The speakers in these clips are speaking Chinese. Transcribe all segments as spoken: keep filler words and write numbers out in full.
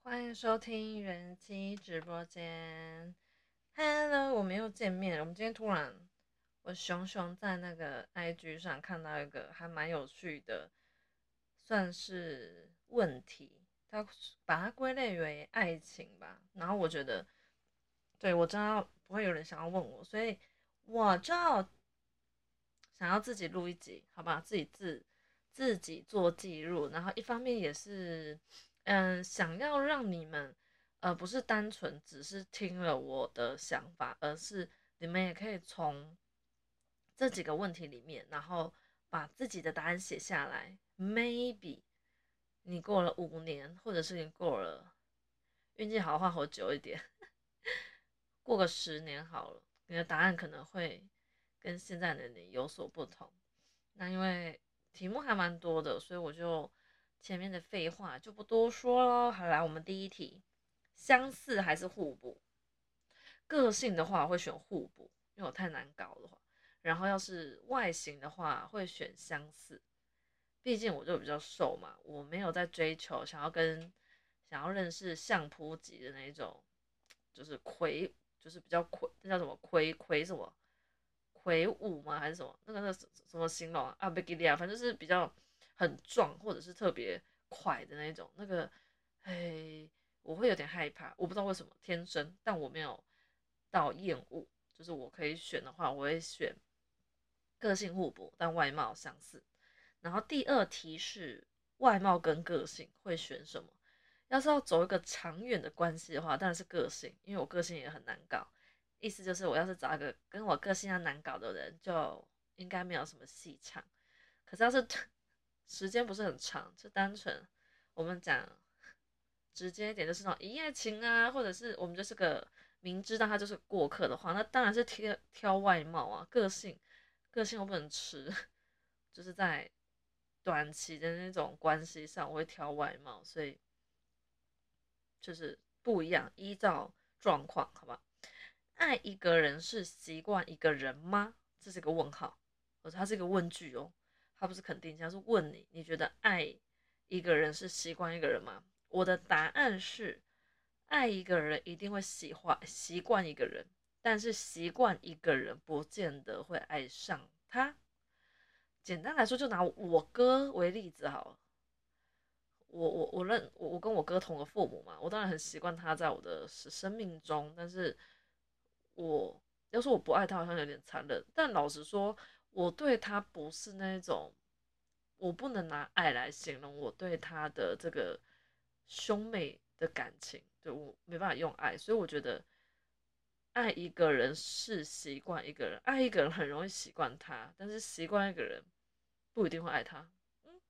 欢迎收听人妻直播间。Hello，我们又见面了。我们今天突然，我熊熊在那个 I G 上看到一个还蛮有趣的，算是问题。他把它归类为爱情吧。然后我觉得，对，我知道不会有人想要问我，所以我就想要自己录一集，好吧？自己自自己做记录，然后一方面也是，嗯，想要让你们，呃，不是单纯只是听了我的想法，而是你们也可以从这几个问题里面，然后把自己的答案写下来。Maybe 你过了五年，或者是你过了运气好的话，活久一点，过个十年好了，你的答案可能会跟现在的你有所不同。那因为题目还蛮多的，所以我就前面的废话就不多说了。好，来，我们第一题，相似还是互补？个性的话会选互补，因为我太难搞的话。然后要是外形的话会选相似，毕竟我就比较瘦嘛，我没有在追求想要跟想要认识相扑级的那一种，就是魁，就是比较魁，那叫什么魁魁什么魁梧吗？还是什么？那个那个什么形容啊？啊，不给力啊，反正就是比较很壮，或者是特别快的那种。那个，嘿，我会有点害怕，我不知道为什么，天生，但我没有到厌恶。就是我可以选的话，我会选个性互补，但外貌相似。然后第二题是外貌跟个性会选什么？要是要走一个长远的关系的话，当然是个性，因为我个性也很难搞。意思就是我要是找一个跟我个性一样难搞的人，就应该没有什么戏唱。可是要是时间不是很长，就单纯我们讲直接一点，就是那种一夜情啊，或者是我们就是个明知道他就是过客的话，那当然是挑挑外貌啊，个性个性我不能吃，就是在短期的那种关系上，我会挑外貌，所以就是不一样，依照状况，好吧？爱一个人是习惯一个人吗？这是个问号，而且它是一个问句哦，它不是肯定句，它是问你，你觉得爱一个人是习惯一个人吗？我的答案是，爱一个人一定会喜欢习惯一个人，但是习惯一个人不见得会爱上他。简单来说，就拿我哥为例子好了。我我我认我我跟我哥同个父母嘛，我当然很习惯他在我的生命中，但是我要说我不爱他，好像有点残忍。但老实说，我对他不是那种，我不能拿爱来形容我对他的这个兄妹的感情，对我没办法用爱，所以我觉得爱一个人是习惯一个人，爱一个人很容易习惯他，但是习惯一个人不一定会爱他。嗯，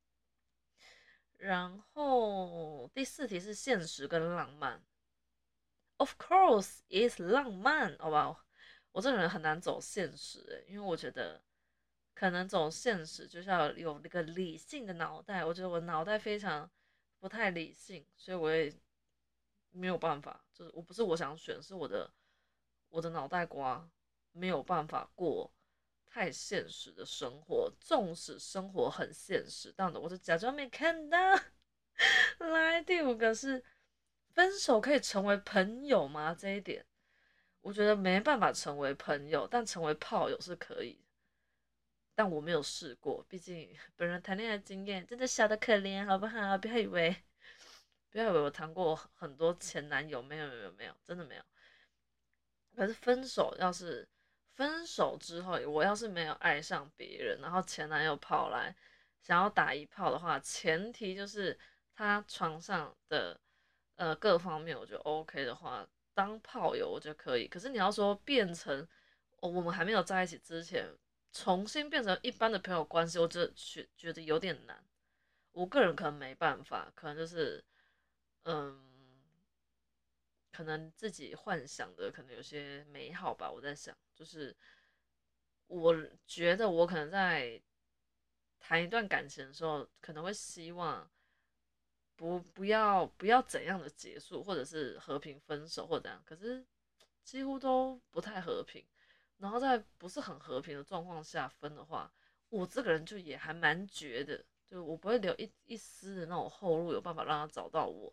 然后第四题是现实跟浪漫，Of course is 浪漫，好不好？我这个人很难走现实诶，因为我觉得可能走现实就是要有那个理性的脑袋，我觉得我脑袋非常不太理性，所以我也没有办法，就是我不是我想选，是我的我的脑袋瓜没有办法过太现实的生活，纵使生活很现实，但我就假装没看到。来，第五个是分手可以成为朋友吗？这一点我觉得没办法成为朋友，但成为炮友是可以。但我没有试过，毕竟本人谈恋爱经验真的小的可怜，好不好？不要以为不要以为我谈过很多前男友，没有没有没有，真的没有。可是分手要是分手之后，我要是没有爱上别人，然后前男友跑来想要打一炮的话，前提就是他床上的呃各方面我觉得 OK 的话，当炮友我觉得可以。可是你要说变成、哦、我们还没有在一起之前，重新变成一般的朋友关系，我真的觉觉得有点难。我个人可能没办法，可能就是嗯。可能自己幻想的可能有些美好吧。我在想，就是我觉得我可能在谈一段感情的时候，可能会希望不不要不要怎样的结束，或者是和平分手或怎样。可是几乎都不太和平，然后在不是很和平的状况下分的话，我这个人就也还蛮绝的，就我不会留一一丝的那种后路，有办法让他找到我。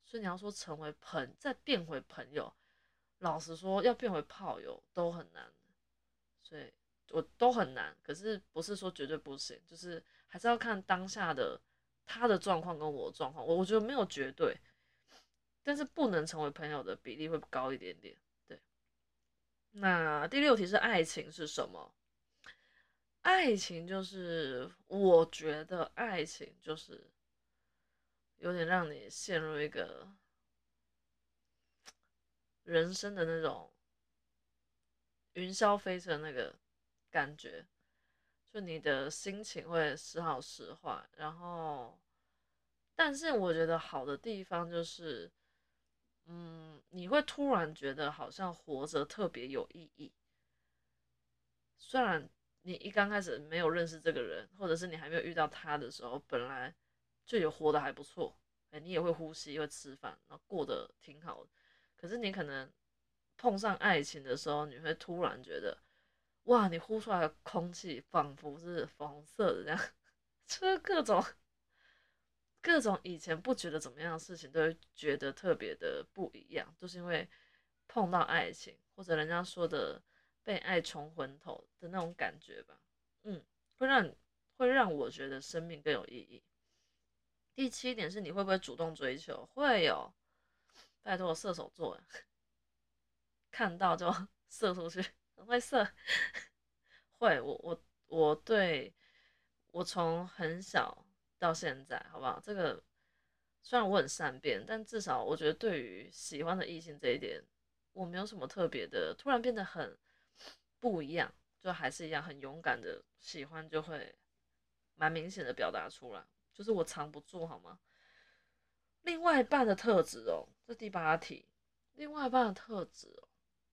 所以你要说成为朋，再变回朋友，老实说，要变回炮友都很难，所以我都很难。可是不是说绝对不行，就是还是要看当下的他的状况跟我的状况。我我觉得没有绝对，但是不能成为朋友的比例会高一点点。对，那第六题是爱情是什么？爱情就是我觉得爱情就是有点让你陷入一个人生的那种云霄飞车那个感觉，就你的心情会时好时坏，然后，但是我觉得好的地方就是，嗯，你会突然觉得好像活着特别有意义。虽然你一刚开始没有认识这个人，或者是你还没有遇到他的时候，本来就有活得还不错，哎，你也会呼吸，会吃饭，然后过得挺好的。可是你可能碰上爱情的时候，你会突然觉得，哇，你呼出来的空气仿佛是粉红色的这样，就是各种各种以前不觉得怎么样的事情，都会觉得特别的不一样，就是因为碰到爱情，或者人家说的被爱冲昏头的那种感觉吧。嗯，会让你会让我觉得生命更有意义。第七点是你会不会主动追求？会有，拜托我射手座，看到就射出去，很会射。会，我我我对我从很小到现在，好不好？这个虽然我很善变，但至少我觉得对于喜欢的异性这一点，我没有什么特别的，突然变得很不一样，就还是一样很勇敢的喜欢，就会蛮明显的表达出来，就是我藏不住，好吗？另外一半的特质哦，这第八题，另外一半的特质哦，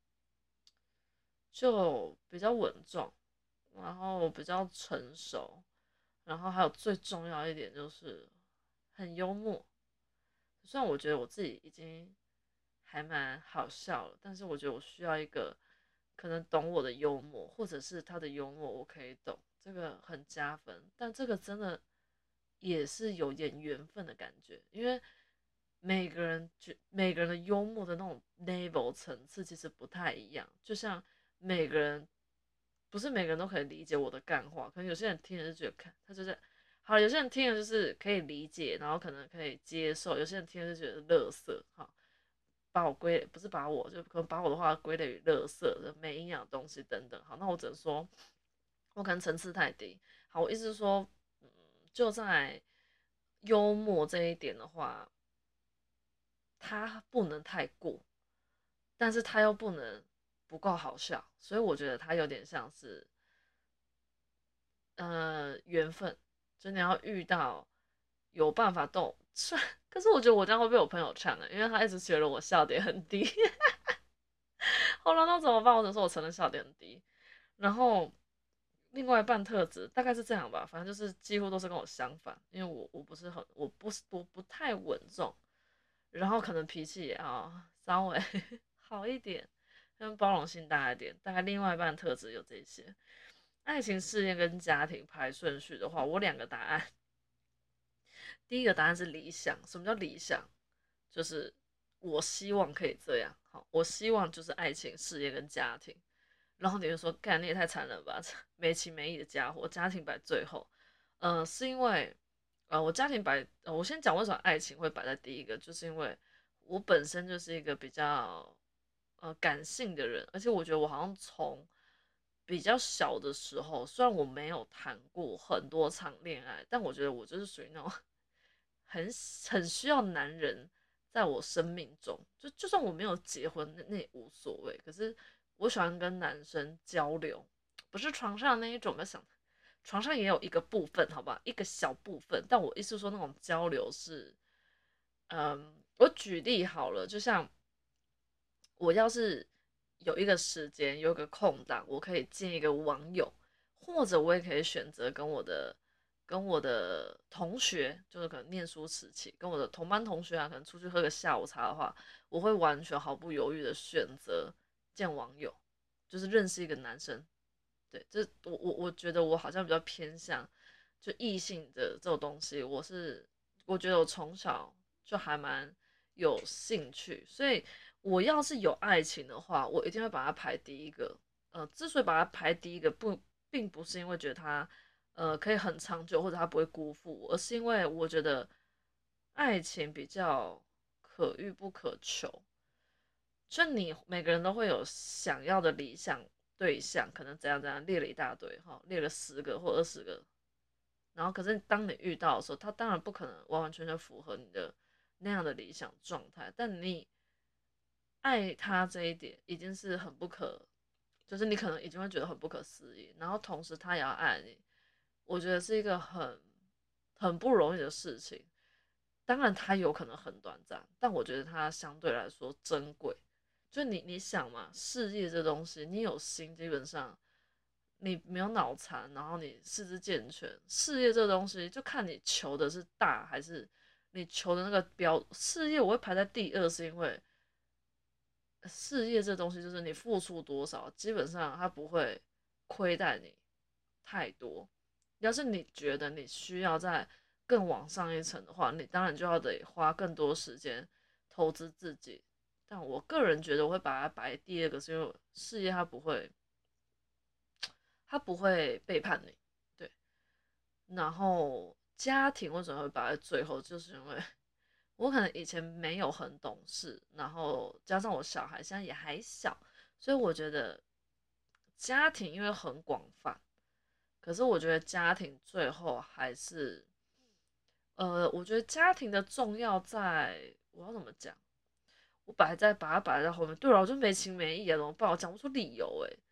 就比较稳重，然后比较成熟，然后还有最重要一点就是很幽默。虽然我觉得我自己已经还蛮好笑了，但是我觉得我需要一个可能懂我的幽默，或者是他的幽默我可以懂，这个很加分。但这个真的也是有点缘分的感觉，因为每个人觉每个人的幽默的那种 level 层次其实不太一样，就像每个人不是每个人都可以理解我的干话，可能有些人听了就觉得看他就是好，有些人听了就是可以理解，然后可能可以接受，有些人听了就觉得垃圾，哈，把我归不是把我就可能把我的话归类于垃圾的没营养的东西等等，好，那我只能说，我可能层次太低。好，我意思是说，嗯，就在幽默这一点的话，他不能太过，但是他又不能不够好笑，所以我觉得他有点像是呃缘分，就你要遇到有办法逗，算，可是我觉得我这样会被我朋友呛的，因为他一直觉得我笑点很低。后来那怎么办？我只能说我承认笑点很低。然后另外一半特质大概是这样吧，反正就是几乎都是跟我相反，因为我我不是很我不是我不太稳重，然后可能脾气也要稍微好一点，跟包容性大一点。大概另外一半特质有这些。爱情、事业跟家庭排顺序的话，我两个答案。第一个答案是理想。什么叫理想？就是我希望可以这样。好，我希望就是爱情、事业跟家庭。然后你就说，干你也太残忍了吧，没情没义的家伙，家庭摆最后。呃，是因为呃，我家庭摆，呃，我先讲为什么爱情会摆在第一个，就是因为我本身就是一个比较呃感性的人，而且我觉得我好像从比较小的时候，虽然我没有谈过很多场恋爱，但我觉得我就是属于那种很很需要男人在我生命中，就就算我没有结婚，那那也无所谓。可是我喜欢跟男生交流，不是床上那一种，我想床上也有一个部分，好吧，一个小部分。但我意思说那种交流是，嗯，我举例好了，就像我要是有一个时间，有一个空档，我可以见一个网友，或者我也可以选择跟我的跟我的同学，就是可能念书时期，跟我的同班同学啊，可能出去喝个下午茶的话，我会完全毫不犹豫的选择见网友，就是认识一个男生。对，这我我我觉得我好像比较偏向就异性的这种东西，我是我觉得我从小就还蛮有兴趣，所以我要是有爱情的话，我一定会把它排第一个。呃，之所以把它排第一个，不，并不是因为觉得它，呃，可以很长久，或者它不会辜负我，而是因为我觉得爱情比较可遇不可求。就你每个人都会有想要的理想对象，可能怎样怎样列了一大堆，哈，列了十个或二十个，然后可是当你遇到的时候，他当然不可能完完全全符合你的那样的理想状态，但你爱他这一点已经是很不可，就是你可能已经会觉得很不可思议，然后同时他也要爱你，我觉得是一个很很不容易的事情。当然，它有可能很短暂，但我觉得它相对来说珍贵。就你你想嘛，事业这东西，你有心，基本上你没有脑残，然后你四肢健全，事业这东西就看你求的是大还是你求的那个标。事业我会排在第二，是因为事业这东西就是你付出多少，基本上它不会亏待你太多。要是你觉得你需要在更往上一层的话，你当然就要得花更多时间投资自己。但我个人觉得我会把它摆第二个，是因为事业它不会，它不会背叛你，对。然后家庭为什么会摆在最后，就是因为我可能以前没有很懂事，然后加上我小孩现在也还小，所以我觉得家庭因为很广泛，可是我觉得家庭最后还是，呃，我觉得家庭的重要在，我要怎么讲？我摆在把它摆在后面。对了，我就没情没义啊，怎么办？我讲不出理由哎，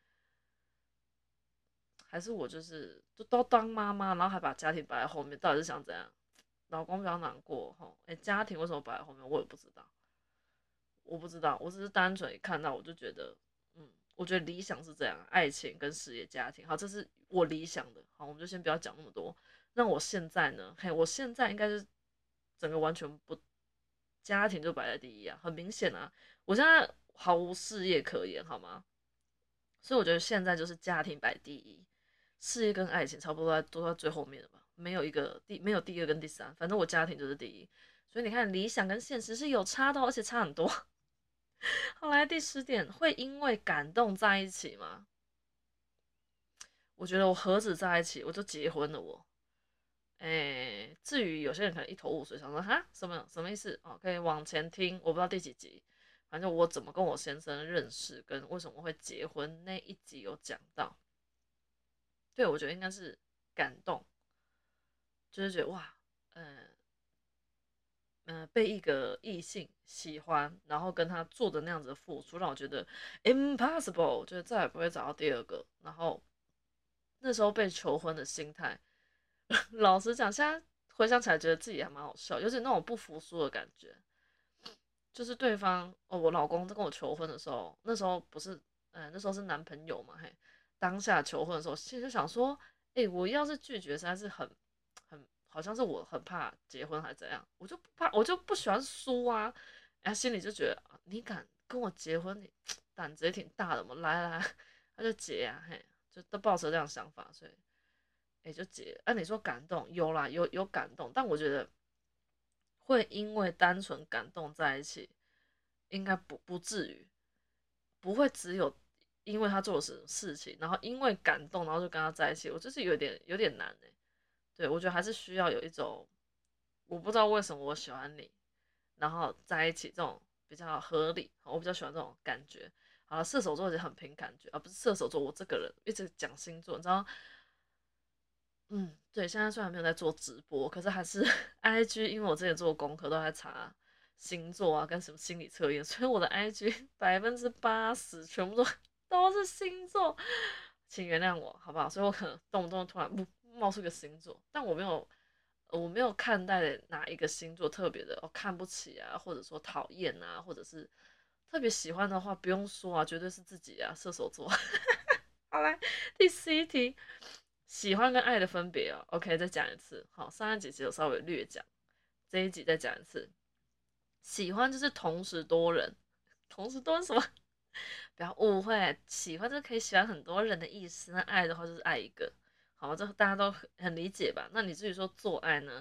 还是我就是就都当妈妈，然后还把家庭摆在后面，到底是想怎样？老公比较难过哈，哎，家庭为什么摆在后面？我也不知道。我不知道，我只是单纯一看到我就觉得，嗯，我觉得理想是这样，爱情跟事业、家庭，好，这是我理想的，好，我们就先不要讲那么多。那我现在呢？嘿，我现在应该是整个完全不，家庭就摆在第一啊，很明显啊，我现在毫无事业可言，好吗？所以我觉得现在就是家庭摆第一，事业跟爱情差不多在都在最后面了吧，没有一个第没有第二跟第三，反正我家庭就是第一。所以你看，理想跟现实是有差的哦，而且差很多。后来第十点，会因为感动在一起吗？我觉得我何止在一起，我就结婚了我。哎，至于有些人可能一头雾水，想说哈什么什么意思？哦，可以往前听，我不知道第几集，反正我怎么跟我先生认识，跟为什么会结婚那一集有讲到。对，我觉得应该是感动，就是觉得哇，嗯、嗯、呃被一个异性喜欢，然后跟他做的那样子的付出，让我觉得 impossible，就是再也不会找到第二个。然后那时候被求婚的心态，老实讲，现在回想起来，觉得自己还蛮好笑，有点那种不服输的感觉。就是对方哦，我老公在跟我求婚的时候，那时候不是，呃，那时候是男朋友嘛，嘿，当下求婚的时候，其实就想说，哎、我要是拒绝，实在是很很，好像是我很怕结婚还是怎样，我就不怕，我就不喜欢输啊，然后心里就觉得，啊你敢跟我结婚，你胆子也挺大的嘛，来来，他就结啊，嘿，就都抱着这样想法，所以，哎、就结。啊，你说感动，有啦，有有感动，但我觉得会因为单纯感动在一起。应该不不至于，不会只有因为他做了什么事情，然后因为感动，然后就跟他在一起。我就是有点有点难哎，对我觉得还是需要有一种，我不知道为什么我喜欢你，然后在一起这种比较合理，我比较喜欢这种感觉。好了，射手座也很凭感觉，而、不是射手座。我这个人一直讲星座，你知道，嗯，对，现在虽然没有在做直播，可是还是 I G，因为我之前做功课都在查星座啊，跟什么心理测验，所以我的 I G 百分之八十全部都都是星座，请原谅我好不好？所以我可能动不动突然冒冒出个星座，但我没有，呃我没有看待哪一个星座特别的，我、哦、看不起啊，或者说讨厌啊，或者是特别喜欢的话，不用说啊，绝对是自己啊，射手座。好来，第十一题，喜欢跟爱的分别哦。OK，再讲一次。好，上一集其实有稍微略讲，这一集再讲一次。喜欢就是同时多人，同时多人什么？不要误会，喜欢就是可以喜欢很多人的意思。那爱的话就是爱一个，好，这大家都很很理解吧？那你至于说做爱呢？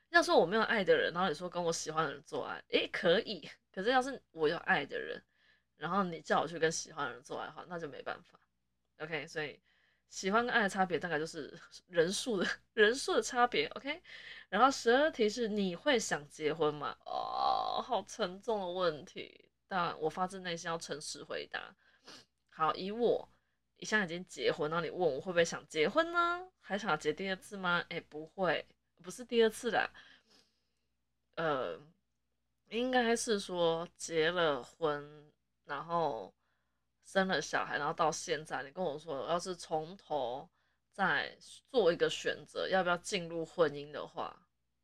要说我没有爱的人，然后你说跟我喜欢的人做爱，诶，可以。可是要是我有爱的人，然后你叫我去跟喜欢的人做爱的话，那就没办法。OK，所以喜欢跟爱的差别大概就是人数的人数的差别。OK，然后十二题是你会想结婚吗？哦，好沉重的问题，但我发自内心要诚实回答。好，以我一向已经结婚，然后你问我会不会想结婚呢？还想要结第二次吗？哎，不会，不是第二次啦。呃，应该是说结了婚，然后生了小孩，然后到现在，你跟我说，要是从头再做一个选择，要不要进入婚姻的话，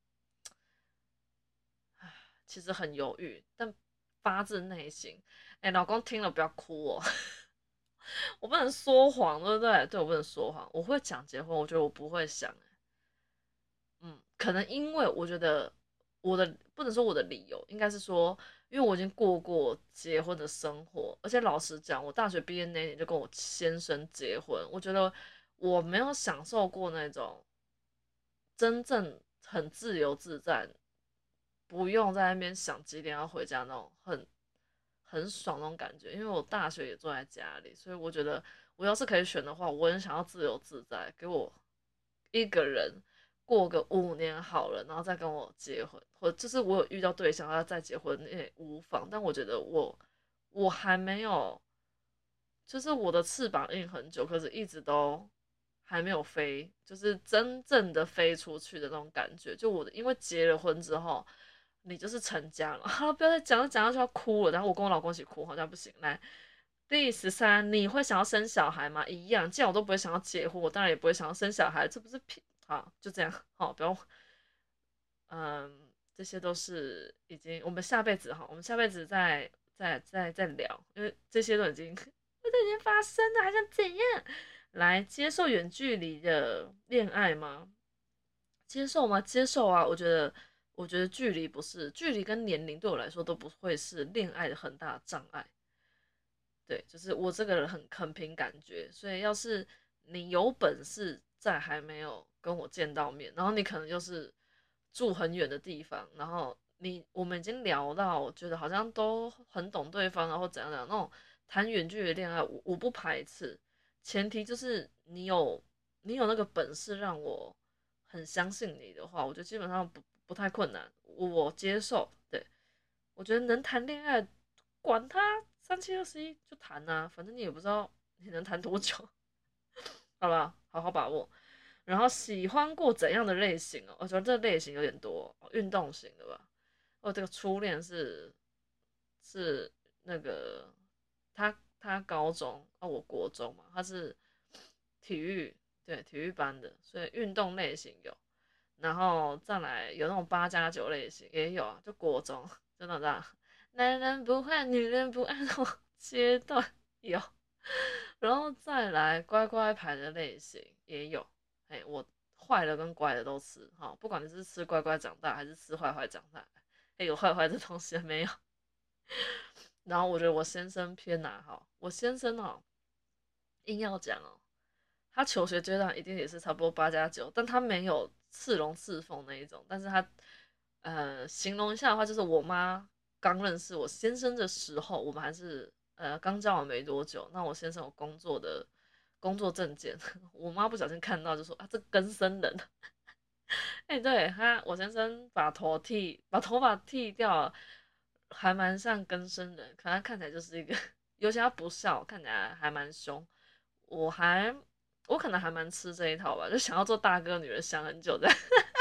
其实很犹豫，但发自内心，哎，老公听了不要哭哦，我不能说谎，对不对？对我不能说谎，我会想结婚，我觉得我不会想，嗯，可能因为我觉得我的不能说我的理由，应该是说，因为我已经过过结婚的生活，而且老实讲，我大学毕业那年就跟我先生结婚，我觉得我没有享受过那种真正很自由自在，不用在那边想几点要回家那种很很爽那种感觉。因为我大学也坐在家里，所以我觉得我要是可以选的话，我很想要自由自在，给我一个人过个五年好了，然后再跟我结婚，或就是我有遇到对象要再结婚也无妨。但我觉得我我还没有，就是我的翅膀硬很久，可是一直都还没有飞，就是真正的飞出去的那种感觉。就我的，因为结了婚之后，你就是成家了。好，不要再讲了，讲到就要哭了。然后我跟我老公一起哭，好像不行。来，第十三，你会想要生小孩吗？一样，既然我都不会想要结婚，我当然也不会想要生小孩，这不是屁。好，就这样。好，不要，嗯，这些都是已经我们下辈子哈，我们下辈子再再再再聊，因为这些都已经都已经发生了，还想怎样？来接受远距离的恋爱吗？接受吗？接受啊！我觉得，我觉得距离不是距离跟年龄对我来说都不会是恋爱的很大的障碍。对，就是我这个人很很凭感觉，所以要是你有本事在还没有跟我见到面，然后你可能就是住很远的地方，然后你我们已经聊到，我觉得好像都很懂对方，然后怎样怎样那种谈远距离恋爱，我我不排斥，前提就是你有你有那个本事让我很相信你的话，我觉得基本上不不太困难，我接受。对，我觉得能谈恋爱，管他三七二十一就谈啊，反正你也不知道你能谈多久，好吧，好好把握。然后喜欢过怎样的类型哦？我觉得这类型有点多，哦运动型的吧。哦，这个初恋是是那个他他高中哦，我国中嘛，他是体育对体育班的，所以运动类型有。然后再来有那种八加九类型也有啊，就国中真的这样，男人不坏，女人不爱那种阶段有，然后再来乖乖牌的类型也有，哎，我坏的跟乖的都吃，哈，不管你是吃乖乖长大还是吃坏坏长大，哎，有坏坏这东西没有？然后我觉得我先生偏哪好，我先生哦，硬要讲哦，他求学阶段一定也是差不多八加九，但他没有刺龙刺凤那一种。但是他，呃，形容一下的话，就是我妈刚认识我先生的时候，我们还是呃刚交往没多久。那我先生有工作的工作证件，我妈不小心看到就说啊，这更生人。哎、欸对他，我先生把头剃，把头发剃掉了，还蛮像更生人，可能看起来就是一个，尤其他不笑，看起来还蛮凶。我还我可能还蛮吃这一套吧，就想要做大哥女人想很久的。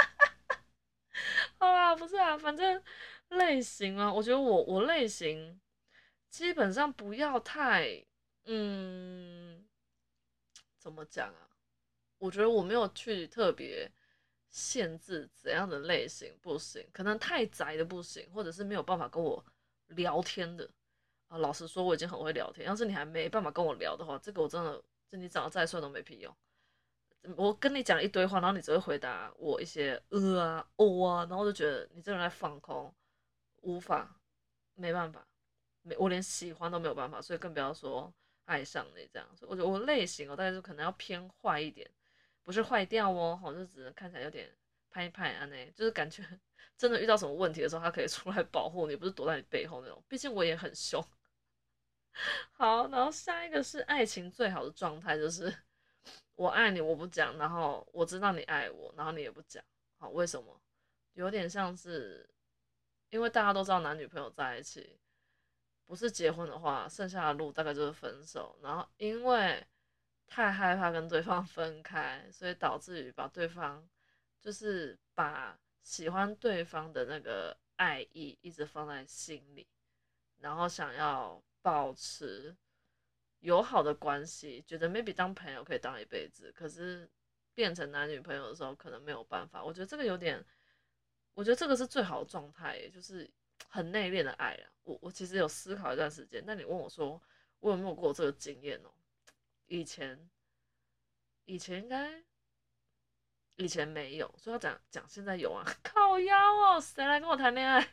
好啦，不是啊，反正类型啊，我觉得我我类型基本上不要太，嗯，怎么讲啊？我觉得我没有去特别限制怎样的类型不行，可能太宅的不行，或者是没有办法跟我聊天的。啊，老实说，我已经很会聊天，要是你还没办法跟我聊的话，这个我真的，就你长得再帅都没屁用。我跟你讲一堆话，然后你只会回答我一些呃啊、哦啊，然后我就觉得你这个人在放空，无法，没办法，没我连喜欢都没有办法，所以更不要说爱上你这样。所以我觉得我类型哦，大概就可能要偏坏一点，不是坏掉哦，我就只能看起来有点拍拍啊那，就是感觉真的遇到什么问题的时候，他可以出来保护你，不是躲在你背后那种。毕竟我也很凶。好，然后下一个是爱情最好的状态，就是我爱你我不讲，然后我知道你爱我，然后你也不讲。好，为什么？有点像是因为大家都知道男女朋友在一起，不是结婚的话，剩下的路大概就是分手。然后因为太害怕跟对方分开，所以导致于把对方就是把喜欢对方的那个爱意一直放在心里，然后想要保持友好的关系，觉得 maybe 当朋友可以当一辈子，可是变成男女朋友的时候可能没有办法。我觉得这个有点，我觉得这个是最好的状态耶，就是很内敛的爱啊。我我其实有思考一段时间，但你问我说我有没有过这个经验哦？以前以前应该以前没有，所以要讲讲现在有啊，靠腰哦，谁来跟我谈恋爱？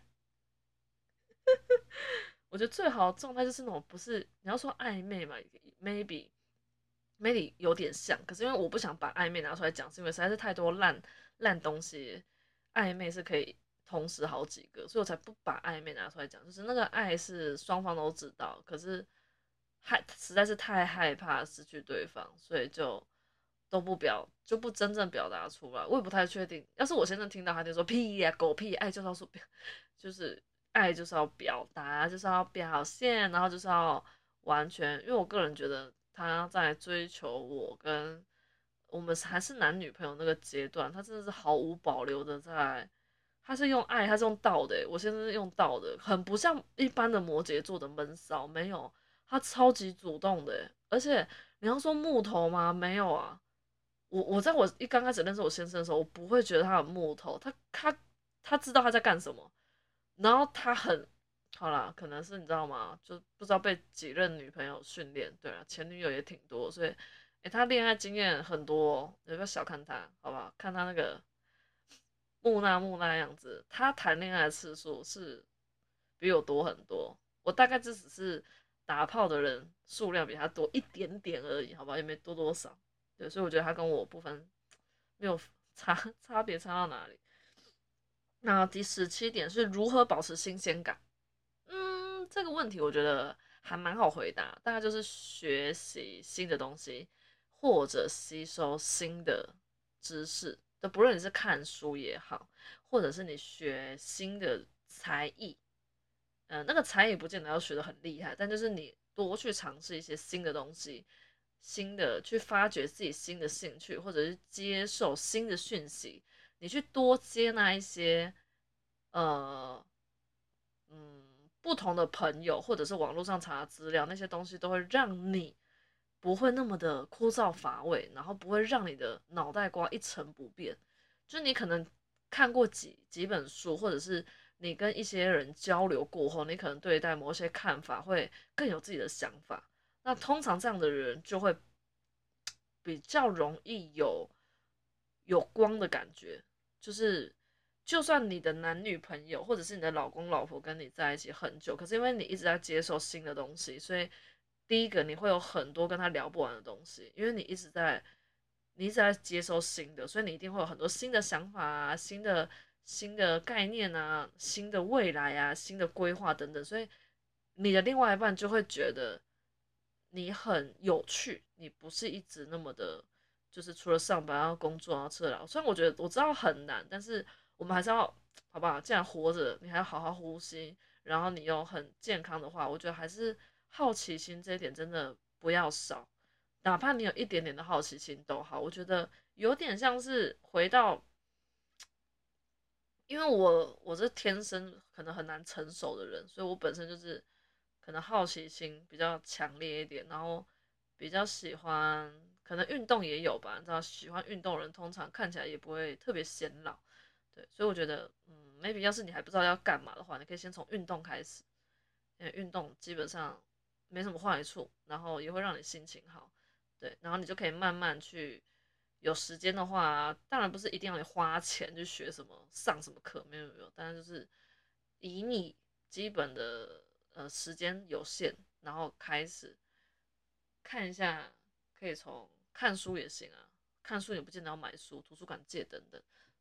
我觉得最好的状态就是那种不是你要说暧昧嘛，maybe maybe 有点像，可是因为我不想把暧昧拿出来讲，是因为实在是太多烂烂东西，暧昧是可以同时好几个，所以我才不把暧昧拿出来讲。就是那个爱是双方都知道，可是害实在是太害怕失去对方，所以就都不表就不真正表达出来。我也不太确定，要是我先生听到，他就说屁呀、狗屁，爱就是要说，就是爱就是要表达，就是要表现，然后就是要完全，因为我个人觉得他在追求我跟我们还是男女朋友那个阶段，他真的是毫无保留的在，他是用爱，他是用道的欸，我现在是用道的，很不像一般的摩羯座的闷骚，没有，他超级主动的欸，而且你要说木头吗？没有啊。我我在我一刚开始认识我先生的时候，我不会觉得他很木头，他他他知道他在干什么，然后他很好啦，可能是你知道吗？就不知道被几任女朋友训练，对啊，前女友也挺多，所以诶，他恋爱经验很多哦，你不要小看他，好不好？看他那个木讷木讷样子，他谈恋爱的次数是比我多很多，我大概就只是打炮的人数量比他多一点点而已，好吧，也没多多少。对，所以我觉得他跟我部分没有差差别差到哪里。那第十七点是如何保持新鲜感？嗯，这个问题我觉得还蛮好回答，大概就是学习新的东西，或者吸收新的知识。就不论你是看书也好，或者是你学新的才艺，嗯、呃，那个才艺不见得要学得很厉害，但就是你多去尝试一些新的东西，新的去发掘自己新的兴趣，或者是接受新的讯息，你去多接纳一些呃嗯不同的朋友，或者是网络上查资料，那些东西都会让你不会那么的枯燥乏味，然后不会让你的脑袋瓜一成不变。就是你可能看过几几本书，或者是你跟一些人交流过后，你可能对待某些看法会更有自己的想法。那通常这样的人就会比较容易有有光的感觉，就是就算你的男女朋友或者是你的老公老婆跟你在一起很久，可是因为你一直在接受新的东西，所以第一个你会有很多跟他聊不完的东西，因为你一直在你一直在接收新的，所以你一定会有很多新的想法啊、新的新的概念啊、新的未来啊、新的规划等等，所以你的另外一半就会觉得你很有趣，你不是一直那么的，就是除了上班要工作要吃得了。虽然我觉得我知道很难，但是我们还是要好不好？既然活着，你还要好好呼吸，然后你又很健康的话，我觉得还是好奇心这一点真的不要少。哪怕你有一点点的好奇心都好，我觉得有点像是回到，因为我我是天生可能很难成熟的人，所以我本身就是可能好奇心比较强烈一点，然后比较喜欢，可能运动也有吧，你知道，喜欢运动的人通常看起来也不会特别显老，对，所以我觉得，嗯，maybe 要是你还不知道要干嘛的话，你可以先从运动开始，因为运动基本上没什么坏处，然后也会让你心情好，对，然后你就可以慢慢去。有时间的话，当然不是一定要你花钱去学什么、上什么课，没有没有，但是就是以你基本的呃时间有限，然后开始看一下，可以从看书也行啊，看书也不见得要买书，图书馆借等等。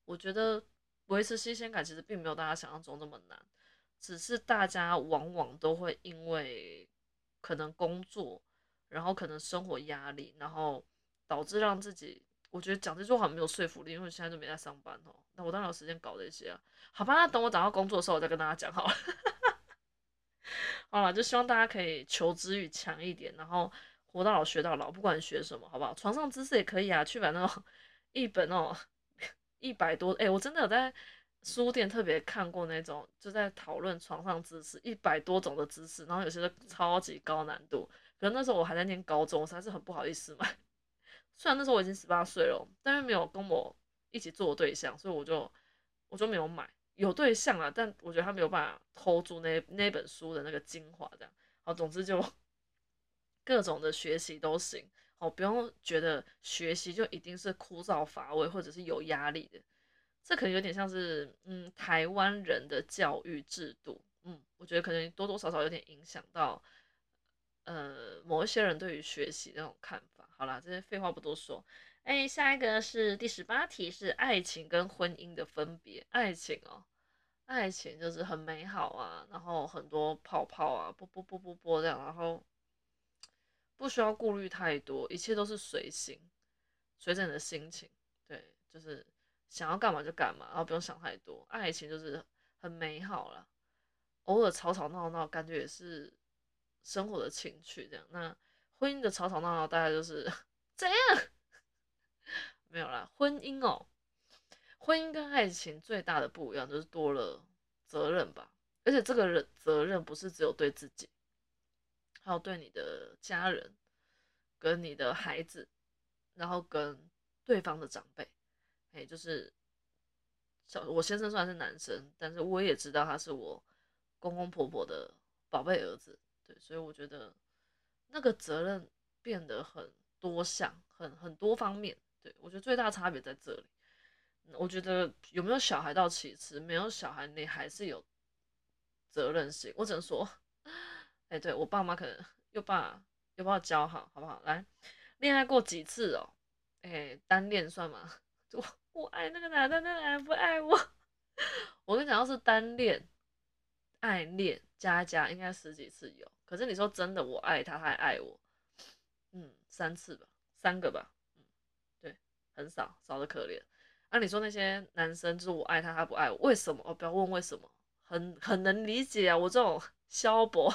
我觉得维持新鲜感其实并没有大家想象中那么难，只是大家往往都会因为可能工作，然后可能生活压力，然后导致让自己，我觉得讲这句话很没有说服力，因为我现在就没在上班哦，那我当然有时间搞这些啊。好吧，那等我找到工作的时候，我再跟大家讲好了。好了，就希望大家可以求知欲强一点，然后活到老学到老，不管学什么，好不好？床上知识也可以啊，去把那种一本哦一百多，哎、欸，我真的有在书店特别看过那种，就在讨论床上知识，一百多种的知识，然后有些都超级高难度。可能那时候我还在念高中，我实在是很不好意思买。虽然那时候我已经十八岁了，但是没有跟我一起做的对象，所以我就我就没有买。有对象了，但我觉得他没有办法 hold 住那那本书的那个精华，这样。好，总之就各种的学习都行。好，不用觉得学习就一定是枯燥乏味或者是有压力的。这可能有点像是嗯台湾人的教育制度，嗯，我觉得可能多多少少有点影响到呃某一些人对于学习那种看法。好啦，这些废话不多说。哎，下一个是第十八题，是爱情跟婚姻的分别。爱情哦，爱情就是很美好啊，然后很多泡泡啊，啵啵啵啵啵这样，然后不需要顾虑太多，一切都是随心，随着你的心情。对，就是想要干嘛就干嘛，然后不用想太多。爱情就是很美好啦，偶尔吵吵闹闹，感觉也是生活的情趣这样。那婚姻的吵吵闹闹，大概就是怎样？没有啦，婚姻哦，婚姻跟爱情最大的不一样就是多了责任吧，而且这个人责任不是只有对自己，还有对你的家人、跟你的孩子，然后跟对方的长辈。哎，就是小我先生虽然是男生，但是我也知道他是我公公婆婆的宝贝儿子。对，所以我觉得那个责任变得很多项，很很多方面。对，我觉得最大差别在这里。我觉得有没有小孩到其次，没有小孩你还是有责任心。我只能说，哎、欸对我爸妈可能又把又把我教好，好不好？来，恋爱过几次哦？哎、欸单恋算吗？我我爱那个男的，那个男的不爱我。我跟你讲，要是单恋、爱恋加一加，应该十几次有。可是你说真的，我爱他，他还爱我，嗯，三次吧，三个吧，嗯，对，很少，少的可怜。那、啊、你说那些男生，就是我爱他，他不爱我，为什么？哦，不要问为什么，很很能理解啊。我这种萧伯，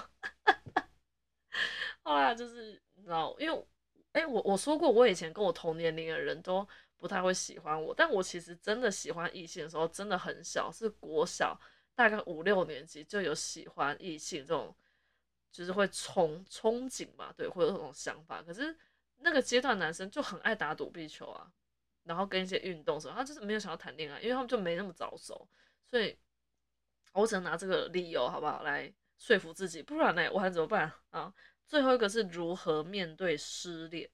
后来就是你知道，因为哎、欸我我说过，我以前跟我同年龄的人都不太会喜欢我，但我其实真的喜欢异性的时候，真的很小，是国小大概五六年级就有喜欢异性这种，就是会憧憧憬嘛，对，会有这种想法。可是那个阶段男生就很爱打躲避球啊，然后跟一些运动什么，他就是没有想要谈恋爱，因为他们就没那么早熟，所以我只能拿这个理由好不好来说服自己，不然呢，我还怎么办啊？最后一个是如何面对失恋。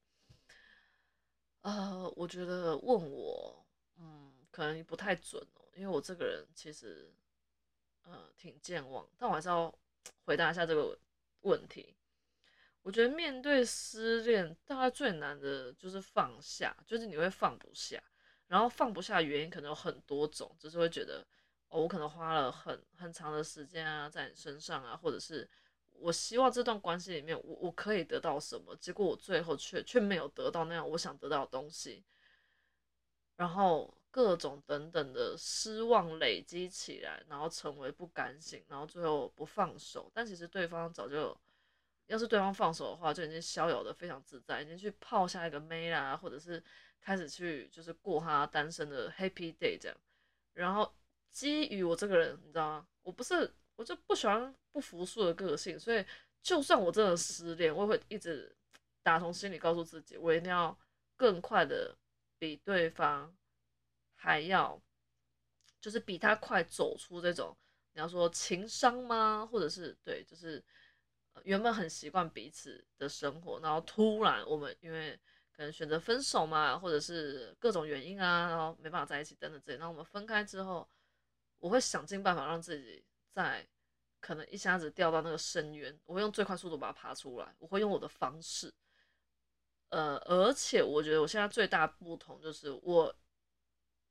呃，我觉得问我，嗯，可能不太准哦，因为我这个人其实呃挺健忘，但我还是要回答一下这个问题。我觉得面对失恋，大概最难的就是放下，就是你会放不下，然后放不下的原因可能有很多种，就是会觉得，哦，我可能花了很很长的时间啊在你身上啊，或者是我希望这段关系里面我我可以得到什么，结果我最后却却没有得到那样我想得到的东西，然后各种等等的失望累积起来，然后成为不甘心，然后最后不放手。但其实对方早就，要是对方放手的话，就已经逍遥的非常自在，已经去泡下一个妹啦，或者是开始去就是过他单身的 happy day 这样。然后基于我这个人，你知道吗？我不是，我就不喜欢不服输的个性，所以就算我真的失恋，我也会一直打从心里告诉自己，我一定要更快的比对方还要，就是比他快走出这种你要说情伤吗？或者是对，就是呃原本很习惯彼此的生活，然后突然我们因为可能选择分手嘛，或者是各种原因啊，然后没办法在一起等等之类，然后我们分开之后，我会想尽办法让自己在可能一下子掉到那个深渊，我会用最快速度把它爬出来，我会用我的方式。呃，而且我觉得我现在最大不同就是我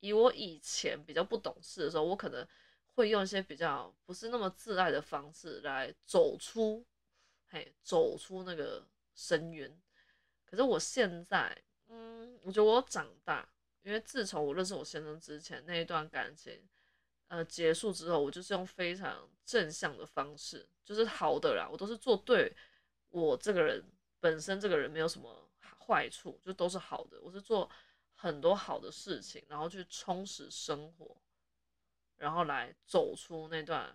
以我以前比较不懂事的时候，我可能会用一些比较不是那么自爱的方式来走出，嘿，走出那个深渊。可是我现在，嗯，我觉得我长大，因为自从我认识我先生之前那一段感情，呃，结束之后，我就是用非常正向的方式，就是好的啦，我都是做对我这个人本身这个人没有什么坏处，就都是好的。我是做很多好的事情，然后去充实生活，然后来走出那段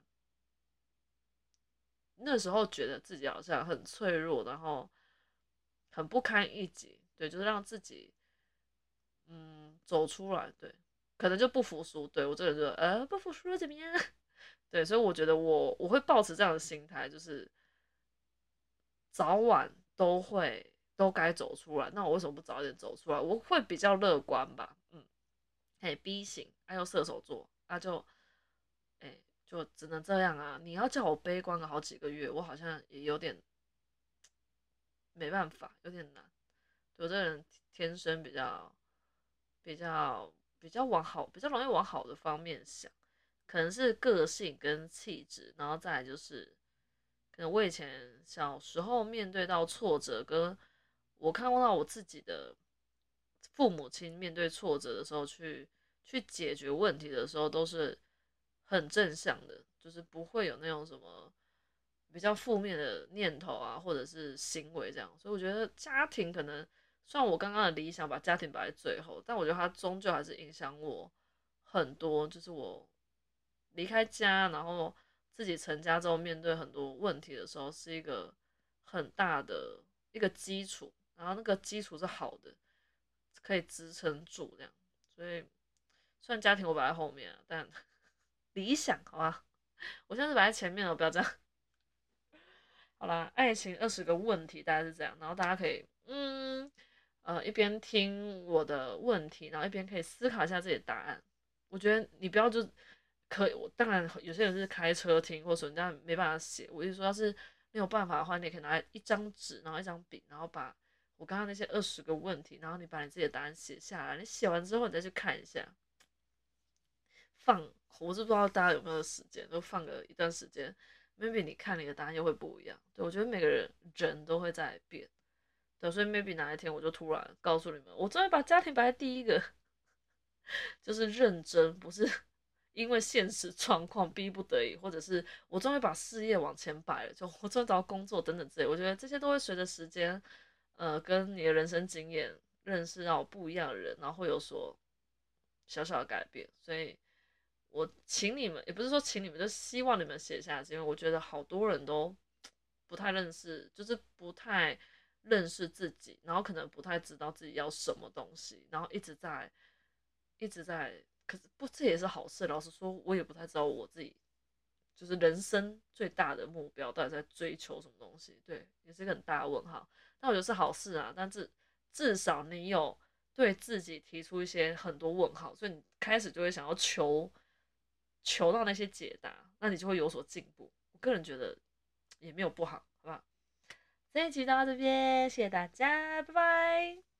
那时候觉得自己好像很脆弱，然后很不堪一击，对，就是让自己嗯走出来，对，可能就不服输，对我这个人就呃不服输又怎么样？对，所以我觉得我我会抱持这样的心态，就是早晚都会都该走出来。那我为什么不早一点走出来？我会比较乐观吧，嗯，嘿，B 型，还有射手座，那、啊、就哎就只能这样啊。你要叫我悲观个好几个月，我好像也有点没办法，有点难。我这个人天生比较比较比较往好，比较容易往好的方面想，可能是个性跟气质，然后再来就是可能我以前小时候面对到挫折，跟我看到我自己的父母亲面对挫折的时候去去解决问题的时候，都是很正向的，就是不会有那种什么比较负面的念头啊，或者是行为这样。所以我觉得家庭可能，虽然我刚刚的理想把家庭摆在最后，但我觉得它终究还是影响我很多。就是我离开家，然后自己成家之后，面对很多问题的时候，是一个很大的一个基础，然后那个基础是好的，可以支撑住这样。所以虽然家庭我摆在后面啊，但理想好吧，我现在是摆在前面了，不要这样。好啦，爱情二十个问题大概是这样，然后大家可以嗯呃一边听我的问题，然后一边可以思考一下自己的答案。我觉得你不要就可以，我当然有些人是开车听，或者人家没办法写。我就说，要是没有办法的话，你也可以拿一张纸，然后一张笔，然后把我刚刚那些二十个问题，然后你把你自己的答案写下来。你写完之后，你再去看一下，放，我是不知道大家有没有时间，就放个一段时间，maybe 你看你的答案又会不一样。对，我觉得每个人人都会在变，对，所以 maybe 哪一天我就突然告诉你们，我终于把家庭摆在第一个，就是认真，不是因为现实状况逼不得已，或者是我终于把事业往前摆了，就我终于找到工作等等之类。我觉得这些都会随着时间，呃，跟你的人生经验认识到不一样的人，然后会有所小小的改变。所以我请你们，也不是说请你们，就希望你们写下来，因为我觉得好多人都不太认识，就是不太认识自己，然后可能不太知道自己要什么东西，然后一直在一直在，可是不，这也是好事。老实说，我也不太知道我自己就是人生最大的目标到底在追求什么东西，对，也是一个很大的问号。但我觉得是好事啊，但至至少你有对自己提出一些很多问号，所以你开始就会想要求求到那些解答，那你就会有所进步。我个人觉得也没有不好，好不好？这一集到这边，谢谢大家，拜拜。